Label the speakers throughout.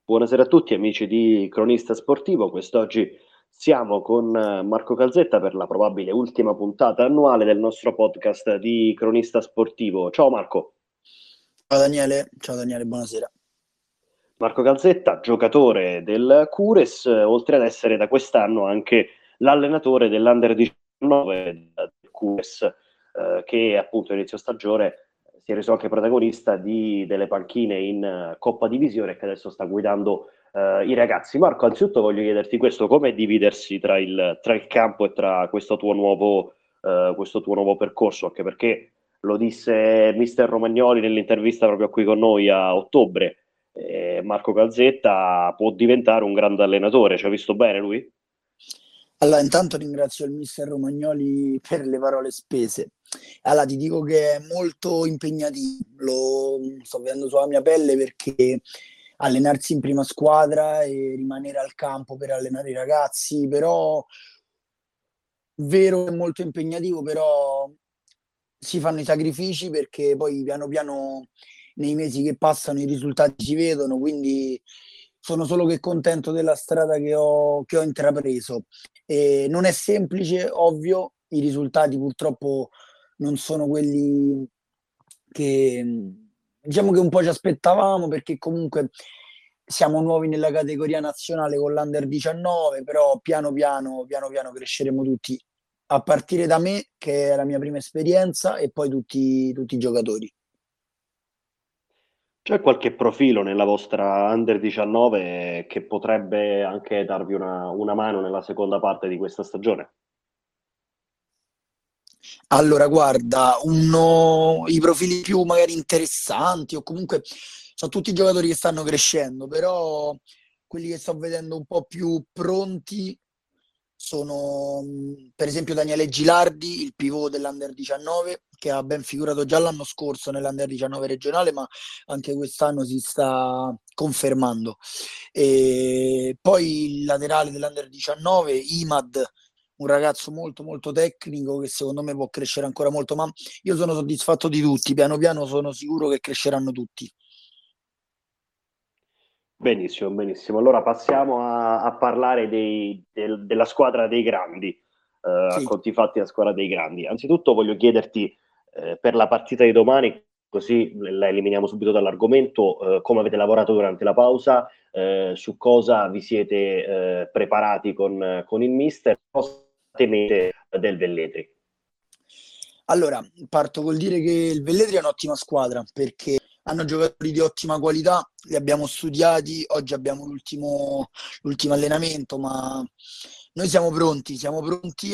Speaker 1: Buonasera a tutti amici di Cronista Sportivo, quest'oggi siamo con Marco Calzetta per la probabile ultima puntata annuale del nostro podcast di Cronista Sportivo. Ciao Marco.
Speaker 2: Ciao Daniele, buonasera.
Speaker 1: Marco Calzetta, giocatore del Cures, oltre ad essere da quest'anno anche l'allenatore dell'Under 19 del Cures, che appunto a inizio stagione si è reso anche protagonista delle panchine in Coppa Divisione e che adesso sta guidando i ragazzi. Marco, anzitutto voglio chiederti questo, come dividersi tra il campo e tra questo tuo nuovo percorso, anche perché lo disse mister Romagnoli nell'intervista proprio qui con noi a ottobre. Marco Calzetta può diventare un grande allenatore, ci ha visto bene lui?
Speaker 2: Allora, intanto ringrazio il mister Romagnoli per le parole spese. Allora, ti dico che è molto impegnativo, lo sto vedendo sulla mia pelle perché allenarsi in prima squadra e rimanere al campo per allenare i ragazzi, però vero è molto impegnativo, però si fanno i sacrifici perché poi piano piano nei mesi che passano i risultati si vedono, quindi sono solo che contento della strada che ho intrapreso. E non è semplice, ovvio, i risultati purtroppo non sono quelli che diciamo che un po' ci aspettavamo perché comunque siamo nuovi nella categoria nazionale con l'Under 19, però piano piano cresceremo tutti, a partire da me, che è la mia prima esperienza, e poi tutti i giocatori.
Speaker 1: C'è qualche profilo nella vostra Under 19 che potrebbe anche darvi una mano nella seconda parte di questa stagione?
Speaker 2: Allora, guarda, i profili più magari interessanti o comunque sono tutti giocatori che stanno crescendo, però quelli che sto vedendo un po' più pronti sono per esempio Daniele Gilardi, il pivot dell'Under 19, che ha ben figurato già l'anno scorso nell'Under 19 regionale, ma anche quest'anno si sta confermando. E poi il laterale dell'Under 19, Imad, un ragazzo molto molto tecnico che secondo me può crescere ancora molto, ma io sono soddisfatto di tutti, piano piano sono sicuro che cresceranno tutti.
Speaker 1: Benissimo, benissimo. Allora passiamo a parlare della squadra dei grandi, a
Speaker 2: Sì.
Speaker 1: conti fatti la squadra dei grandi. Anzitutto voglio chiederti per la partita di domani, così la eliminiamo subito dall'argomento, come avete lavorato durante la pausa, su cosa vi siete preparati con il mister, cosa temete del Velletri.
Speaker 2: Allora, parto col dire che il Velletri è un'ottima squadra perché hanno giocatori di ottima qualità, li abbiamo studiati, oggi abbiamo l'ultimo allenamento, ma noi siamo pronti,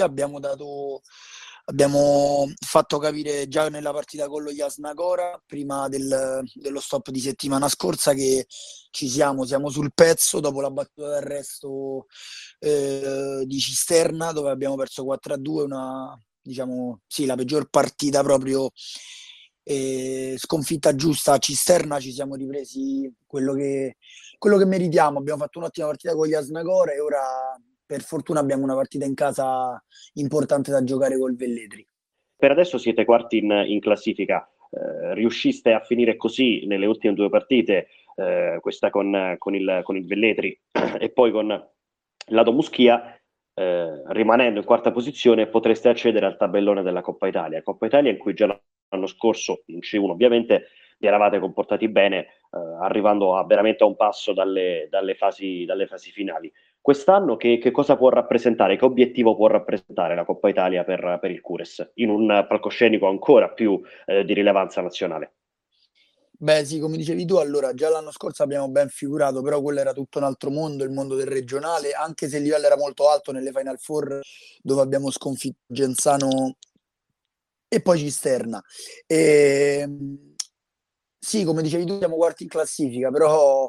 Speaker 2: abbiamo fatto capire già nella partita con lo Jasnagora, prima dello stop di settimana scorsa, che siamo sul pezzo dopo la battuta d'arresto di Cisterna, dove abbiamo perso 4-2, diciamo, sì, la peggior partita proprio, sconfitta giusta a Cisterna. Ci siamo ripresi quello che meritiamo. Abbiamo fatto un'ottima partita con gli Asnagora e ora per fortuna abbiamo una partita in casa importante da giocare col Velletri.
Speaker 1: Per adesso siete quarti in classifica. Riusciste a finire così nelle ultime due partite, questa con il Velletri e poi con l'Ado Muschia, rimanendo in quarta posizione, potreste accedere al tabellone della Coppa Italia. Coppa Italia in cui già l'anno scorso, in C1 ovviamente, vi eravate comportati bene, arrivando veramente a un passo dalle fasi finali. Quest'anno che cosa può rappresentare, che obiettivo può rappresentare la Coppa Italia per il Cures in un palcoscenico ancora più di rilevanza nazionale?
Speaker 2: Beh, sì, come dicevi tu, allora già l'anno scorso abbiamo ben figurato, però quello era tutto un altro mondo, il mondo del regionale, anche se il livello era molto alto nelle Final Four dove abbiamo sconfitto Genzano e poi Cisterna. E, sì, come dicevi tu, siamo quarti in classifica, però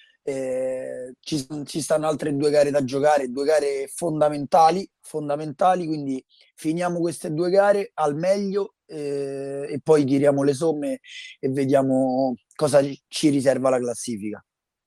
Speaker 2: ci stanno altre due gare da giocare, due gare fondamentali, quindi finiamo queste due gare al meglio e poi tiriamo le somme e vediamo cosa ci riserva la classifica.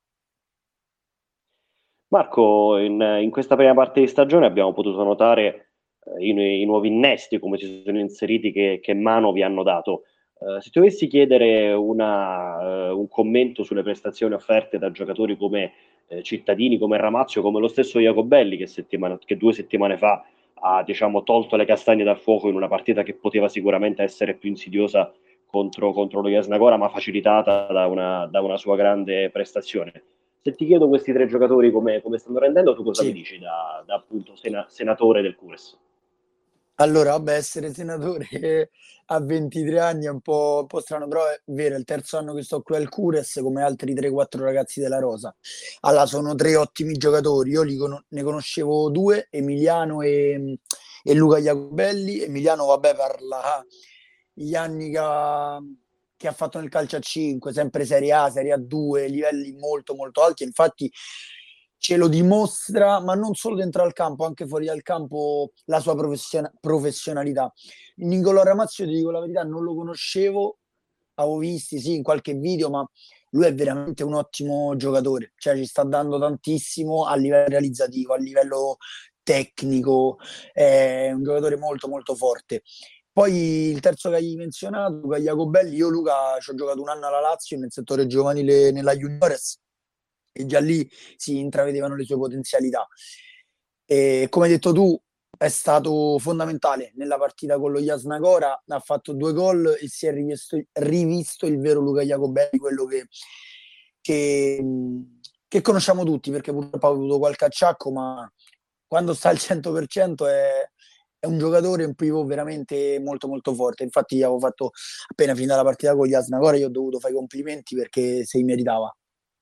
Speaker 1: Marco, in questa prima parte di stagione abbiamo potuto notare i nuovi innesti, come si sono inseriti, che mano vi hanno dato. Se ti dovessi chiedere un commento sulle prestazioni offerte da giocatori come Cittadini, come Ramazio, come lo stesso Jacobelli, che 2 settimane fa ha, diciamo, tolto le castagne dal fuoco in una partita che poteva sicuramente essere più insidiosa contro lo Jasnagora, ma facilitata da una sua grande prestazione. Se ti chiedo questi 3 giocatori come stanno rendendo, tu cosa mi
Speaker 2: Sì.
Speaker 1: dici da appunto senatore del Cures?
Speaker 2: Allora, vabbè, essere senatore a 23 anni è un po' strano, però è vero, è il terzo anno che sto qui al Cures come altri 3-4 ragazzi della Rosa. Allora, sono 3 ottimi giocatori, io ne conoscevo 2, Emiliano e Luca Jacobelli. Emiliano, vabbè, parla gli anni che ha fatto nel calcio a 5, sempre Serie A, Serie A2, livelli molto molto alti, infatti ce lo dimostra, ma non solo dentro al campo, anche fuori dal campo, la sua professionalità. Nicolò Ramazio, ti dico la verità, non lo conoscevo, avevo visti sì in qualche video, ma lui è veramente un ottimo giocatore, cioè ci sta dando tantissimo a livello realizzativo, a livello tecnico, è un giocatore molto molto forte. Poi il terzo che hai menzionato, Luca Jacobelli, io Luca ci ho giocato un anno alla Lazio nel settore giovanile nella Juniores e già lì si intravedevano le sue potenzialità. E come hai detto tu, è stato fondamentale nella partita con lo Jasnagora, ha fatto 2 gol e si è rivisto il vero Luca Jacobelli, quello che, che conosciamo tutti, perché purtroppo ha avuto qualche acciacco, ma quando sta al 100% è un giocatore, un pivot veramente molto molto forte. Infatti avevo fatto appena finita la partita con Jasnagora, io ho dovuto fare i complimenti perché se li meritava.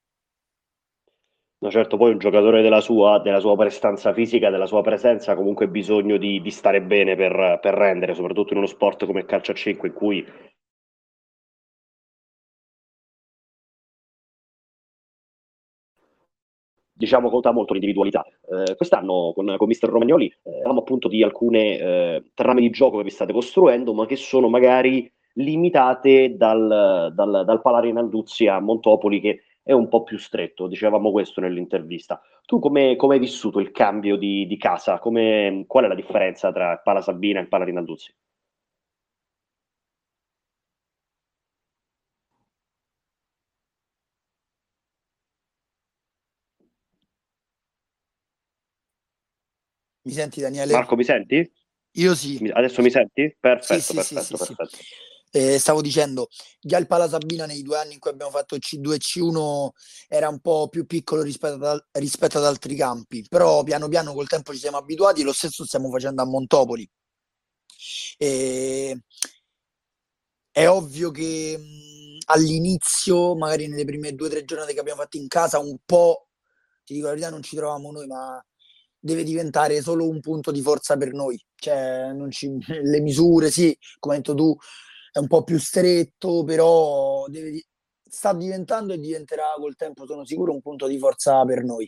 Speaker 1: No, certo, poi un giocatore della sua prestanza fisica, della sua presenza, ha comunque bisogno di stare bene per rendere, soprattutto in uno sport come il calcio a 5, in cui diciamo conta molto l'individualità. Quest'anno con Mister Romagnoli parliamo appunto di alcune trame di gioco che vi state costruendo, ma che sono magari limitate dal Pala-Rinalduzzi a Montopoli, che è un po' più stretto. Dicevamo questo nell'intervista. Tu come hai vissuto il cambio di casa? Qual è la differenza tra il Pala Sabina e il Pala Rinalduzzi?
Speaker 2: Mi senti, Daniele?
Speaker 1: Marco, mi senti?
Speaker 2: Io sì.
Speaker 1: Adesso mi senti?
Speaker 2: Sì,
Speaker 1: Perfetto,
Speaker 2: sì, sì, sì,
Speaker 1: perfetto,
Speaker 2: sì.
Speaker 1: perfetto.
Speaker 2: Stavo dicendo, già il Palasabina nei 2 anni in cui abbiamo fatto C2 e C1 era un po' più piccolo rispetto ad altri campi, però piano piano col tempo ci siamo abituati e lo stesso stiamo facendo a Montopoli. E è ovvio che all'inizio, magari nelle prime 2 o 3 giornate che abbiamo fatto in casa, un po', ti dico la verità, non ci trovavamo noi, ma deve diventare solo un punto di forza per noi. Cioè, le misure, sì, come hai detto tu, è un po' più stretto, però sta diventando e diventerà col tempo, sono sicuro, un punto di forza per noi.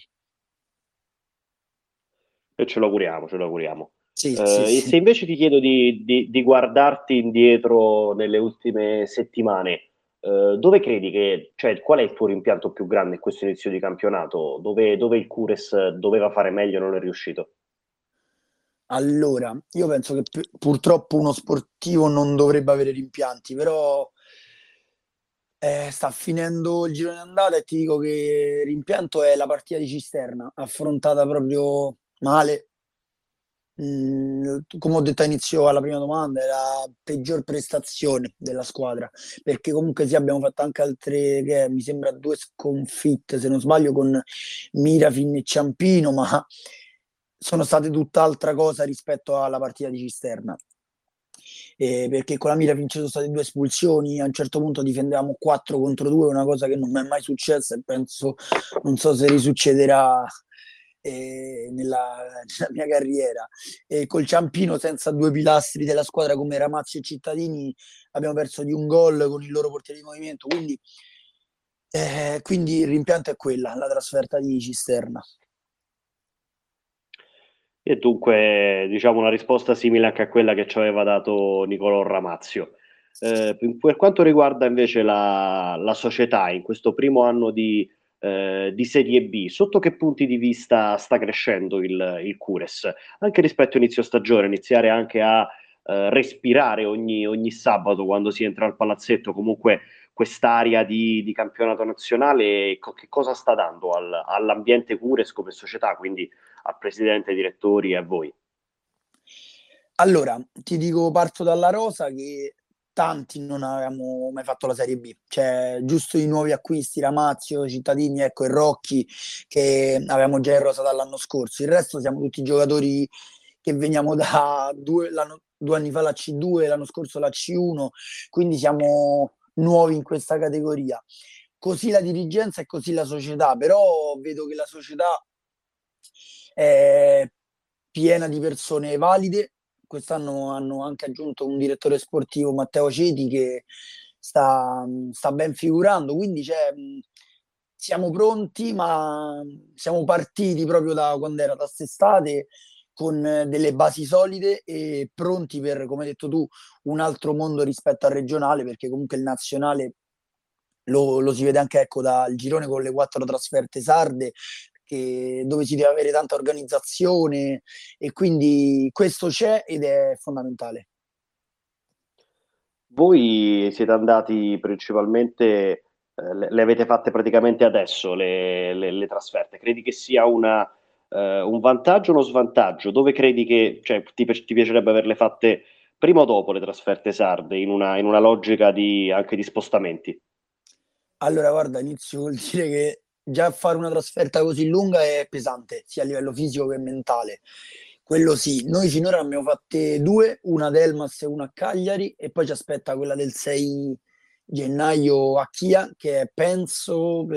Speaker 1: E ce lo auguriamo, ce lo auguriamo.
Speaker 2: Sì, sì,
Speaker 1: E
Speaker 2: sì.
Speaker 1: se invece ti chiedo di guardarti indietro nelle ultime settimane, dove credi cioè, qual è il tuo rimpianto più grande in questo inizio di campionato? Dove il Cures doveva fare meglio e non è riuscito?
Speaker 2: Allora, io penso che purtroppo uno sportivo non dovrebbe avere rimpianti, però sta finendo il giro di andata e ti dico che il rimpianto è la partita di Cisterna, affrontata proprio male. Come ho detto all'inizio alla prima domanda, è la peggior prestazione della squadra, perché comunque sì, abbiamo fatto anche altre, che mi sembra 2 sconfitte, se non sbaglio, con Mirafin e Ciampino, ma sono state tutt'altra cosa rispetto alla partita di Cisterna. Perché con la Mirafin ci sono state 2 espulsioni, a un certo punto difendevamo 4 contro 2, una cosa che non mi è mai successa e penso, non so se risuccederà nella mia carriera. E col Ciampino, senza 2 pilastri della squadra come Ramazzi e Cittadini, abbiamo perso di un gol con il loro portiere di movimento. Quindi il rimpianto è quella, la trasferta di Cisterna.
Speaker 1: E dunque, diciamo una risposta simile anche a quella che ci aveva dato Nicolò Ramazio. Per quanto riguarda invece la società in questo primo anno di Serie B, sotto che punti di vista sta crescendo il Cures? Anche rispetto a inizio stagione, iniziare anche a respirare ogni sabato quando si entra al palazzetto, comunque quest'area di campionato nazionale, che cosa sta dando all'ambiente Cures come società, quindi al presidente, ai direttori e a voi?
Speaker 2: Allora, ti dico, parto dalla rosa che tanti non avevamo mai fatto la Serie B, cioè giusto i nuovi acquisti, Ramazio, Cittadini, ecco, e Rocchi, che avevamo già in rosa dall'anno scorso. Il resto siamo tutti giocatori che veniamo da 2 anni fa la C2, l'anno scorso la C1, quindi siamo nuovi in questa categoria. Così la dirigenza e così la società, però vedo che la società è piena di persone valide. Quest'anno hanno anche aggiunto un direttore sportivo, Matteo Ceti, che sta ben figurando, quindi siamo pronti, ma siamo partiti proprio da quando era da quest'estate con delle basi solide e pronti per, come hai detto tu, un altro mondo rispetto al regionale, perché comunque il nazionale lo si vede anche, ecco, dal girone con le 4 trasferte sarde, dove si deve avere tanta organizzazione, e quindi questo c'è ed è fondamentale.
Speaker 1: Voi siete andati principalmente, le avete fatte praticamente adesso le trasferte. Credi che sia un vantaggio o uno svantaggio? Dove credi che, cioè, ti piacerebbe averle fatte prima o dopo le trasferte sarde, in una logica anche di spostamenti?
Speaker 2: Allora, guarda, inizio col dire che già fare una trasferta così lunga è pesante, sia a livello fisico che mentale. Quello sì, noi finora ne abbiamo fatte due, una ad Elmas e una a Cagliari, e poi ci aspetta quella del 6 gennaio a Chia, che è, penso,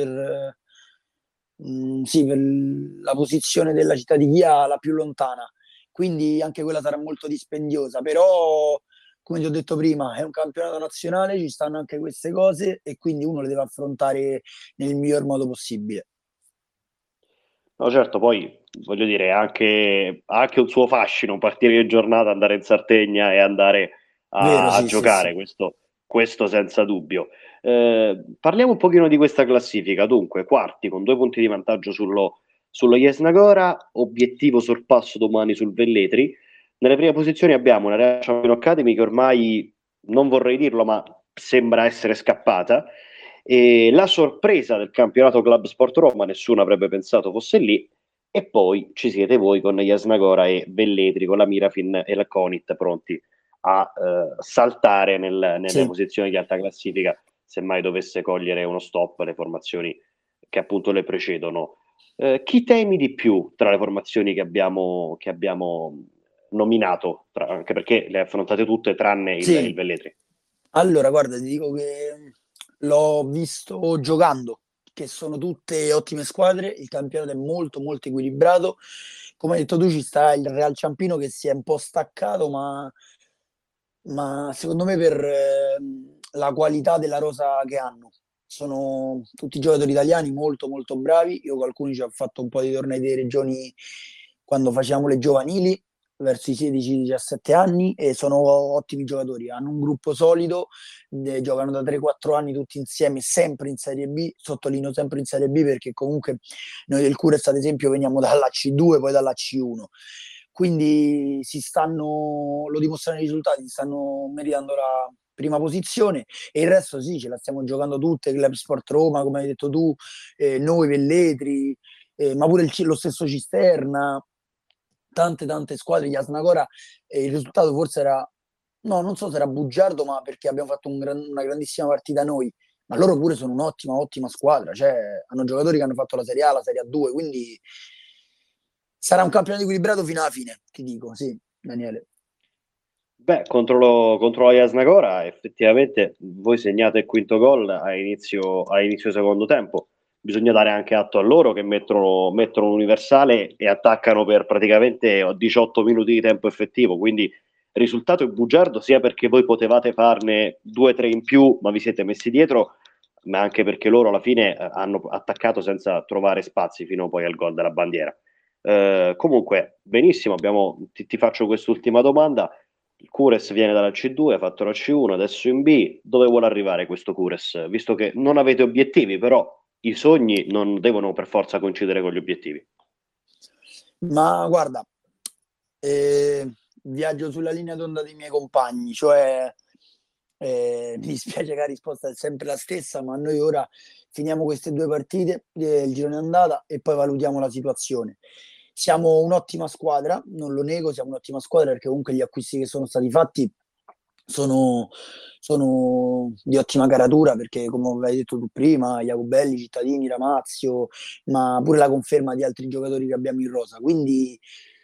Speaker 2: sì, per la posizione della città di Chia la più lontana. Quindi anche quella sarà molto dispendiosa, però come ti ho detto prima, è un campionato nazionale, ci stanno anche queste cose e quindi uno le deve affrontare nel miglior modo possibile.
Speaker 1: No, certo, poi voglio dire, ha anche un suo fascino partire in giornata, andare in Sardegna e andare
Speaker 2: Vero,
Speaker 1: a
Speaker 2: sì, sì, sì.
Speaker 1: giocare, questo senza dubbio. Parliamo un pochino di questa classifica. Dunque, quarti con 2 punti di vantaggio sullo Jesnagora, obiettivo sorpasso domani sul Velletri. Nelle prime posizioni abbiamo una Real Champion Academy che ormai, non vorrei dirlo, ma sembra essere scappata. E la sorpresa del campionato Club Sport Roma, nessuno avrebbe pensato fosse lì, e poi ci siete voi con Jasnagora e Velletri, con la Mirafin e la Conit pronti a saltare nelle
Speaker 2: Sì.
Speaker 1: posizioni di alta classifica, se mai dovesse cogliere uno stop le formazioni che appunto le precedono. Chi temi di più tra le formazioni che abbiamo nominato, anche perché le affrontate tutte tranne il
Speaker 2: Sì,
Speaker 1: Velletri?
Speaker 2: allora guarda, ti dico che l'ho visto giocando, che sono tutte ottime squadre, il campionato è molto molto equilibrato. Come hai detto tu, ci sta il Real Ciampino che si è un po' staccato, ma secondo me per la qualità della rosa che hanno. Sono tutti giocatori italiani molto molto bravi. Io con alcuni ci ho fatto un po' di tornei delle regioni quando facevamo le giovanili, verso i 16-17 anni, e sono ottimi giocatori. Hanno un gruppo solido, giocano da 3-4 anni tutti insieme, sempre in Serie B. Sottolineo sempre in Serie B perché comunque noi del Cures, ad esempio, veniamo dalla C2, poi dalla C1. Quindi lo dimostrano i risultati, si stanno meritando la prima posizione, e il resto sì, ce la stiamo giocando tutte, Club Sport Roma, come hai detto tu, noi Velletri, ma pure lo stesso Cisterna, tante tante squadre. Di Asnacora, il risultato forse era, no, non so se era bugiardo, ma perché abbiamo fatto una grandissima partita noi, ma loro pure sono un'ottima ottima squadra, cioè hanno giocatori che hanno fatto la Serie A, la Serie A2, quindi sarà un campionato equilibrato fino alla fine, ti dico, sì, Daniele.
Speaker 1: Beh, contro la Jasnagora effettivamente voi segnate il quinto gol a inizio secondo tempo. Bisogna dare anche atto a loro che mettono un universale e attaccano per praticamente 18 minuti di tempo effettivo, quindi risultato è bugiardo sia perché voi potevate farne 2 o 3 in più, ma vi siete messi dietro, ma anche perché loro alla fine hanno attaccato senza trovare spazi fino poi al gol della bandiera. Comunque, benissimo, ti faccio quest'ultima domanda. Il Cures viene dalla C2, ha fatto la C1, adesso in B. Dove vuole arrivare questo Cures? Visto che non avete obiettivi, però i sogni non devono per forza coincidere con gli obiettivi.
Speaker 2: Ma guarda, eh, viaggio sulla linea d'onda dei miei compagni, cioè mi dispiace che la risposta è sempre la stessa, ma noi ora finiamo queste due partite del girone andata e poi valutiamo la situazione. Siamo un'ottima squadra, non lo nego, siamo un'ottima squadra perché comunque gli acquisti che sono stati fatti sono, sono di ottima caratura perché come hai detto tu prima, Jacobelli, Cittadini, Ramazio, ma pure la conferma di altri giocatori che abbiamo in rosa. Quindi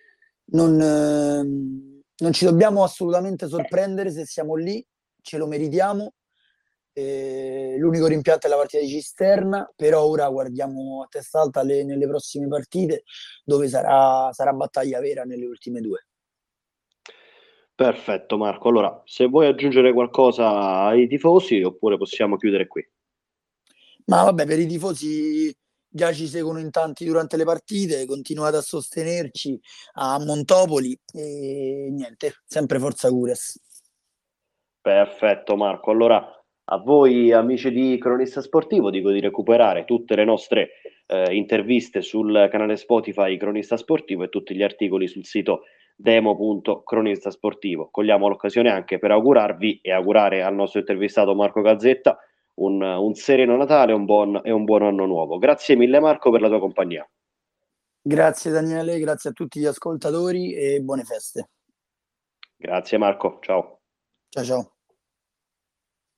Speaker 2: non ci dobbiamo assolutamente sorprendere se siamo lì, ce lo meritiamo. L'unico rimpianto è la partita di Cisterna, però ora guardiamo a testa alta nelle prossime partite dove sarà battaglia vera nelle ultime due.
Speaker 1: Perfetto Marco, allora se vuoi aggiungere qualcosa ai tifosi oppure possiamo chiudere qui.
Speaker 2: Ma vabbè, per i tifosi già ci seguono in tanti durante le partite, continuate a sostenerci a Montopoli e niente, sempre Forza Cures.
Speaker 1: Perfetto Marco, allora a voi amici di Cronista Sportivo dico di recuperare tutte le nostre interviste sul canale Spotify Cronista Sportivo e tutti gli articoli sul sito demo.cronistasportivo. Cogliamo l'occasione anche per augurarvi e augurare al nostro intervistato Marco Gazzetta un sereno Natale e un buon anno nuovo. Grazie mille Marco per la tua compagnia.
Speaker 2: Grazie Daniele, grazie a tutti gli ascoltatori e buone feste.
Speaker 1: Grazie Marco, ciao.
Speaker 2: Ciao ciao.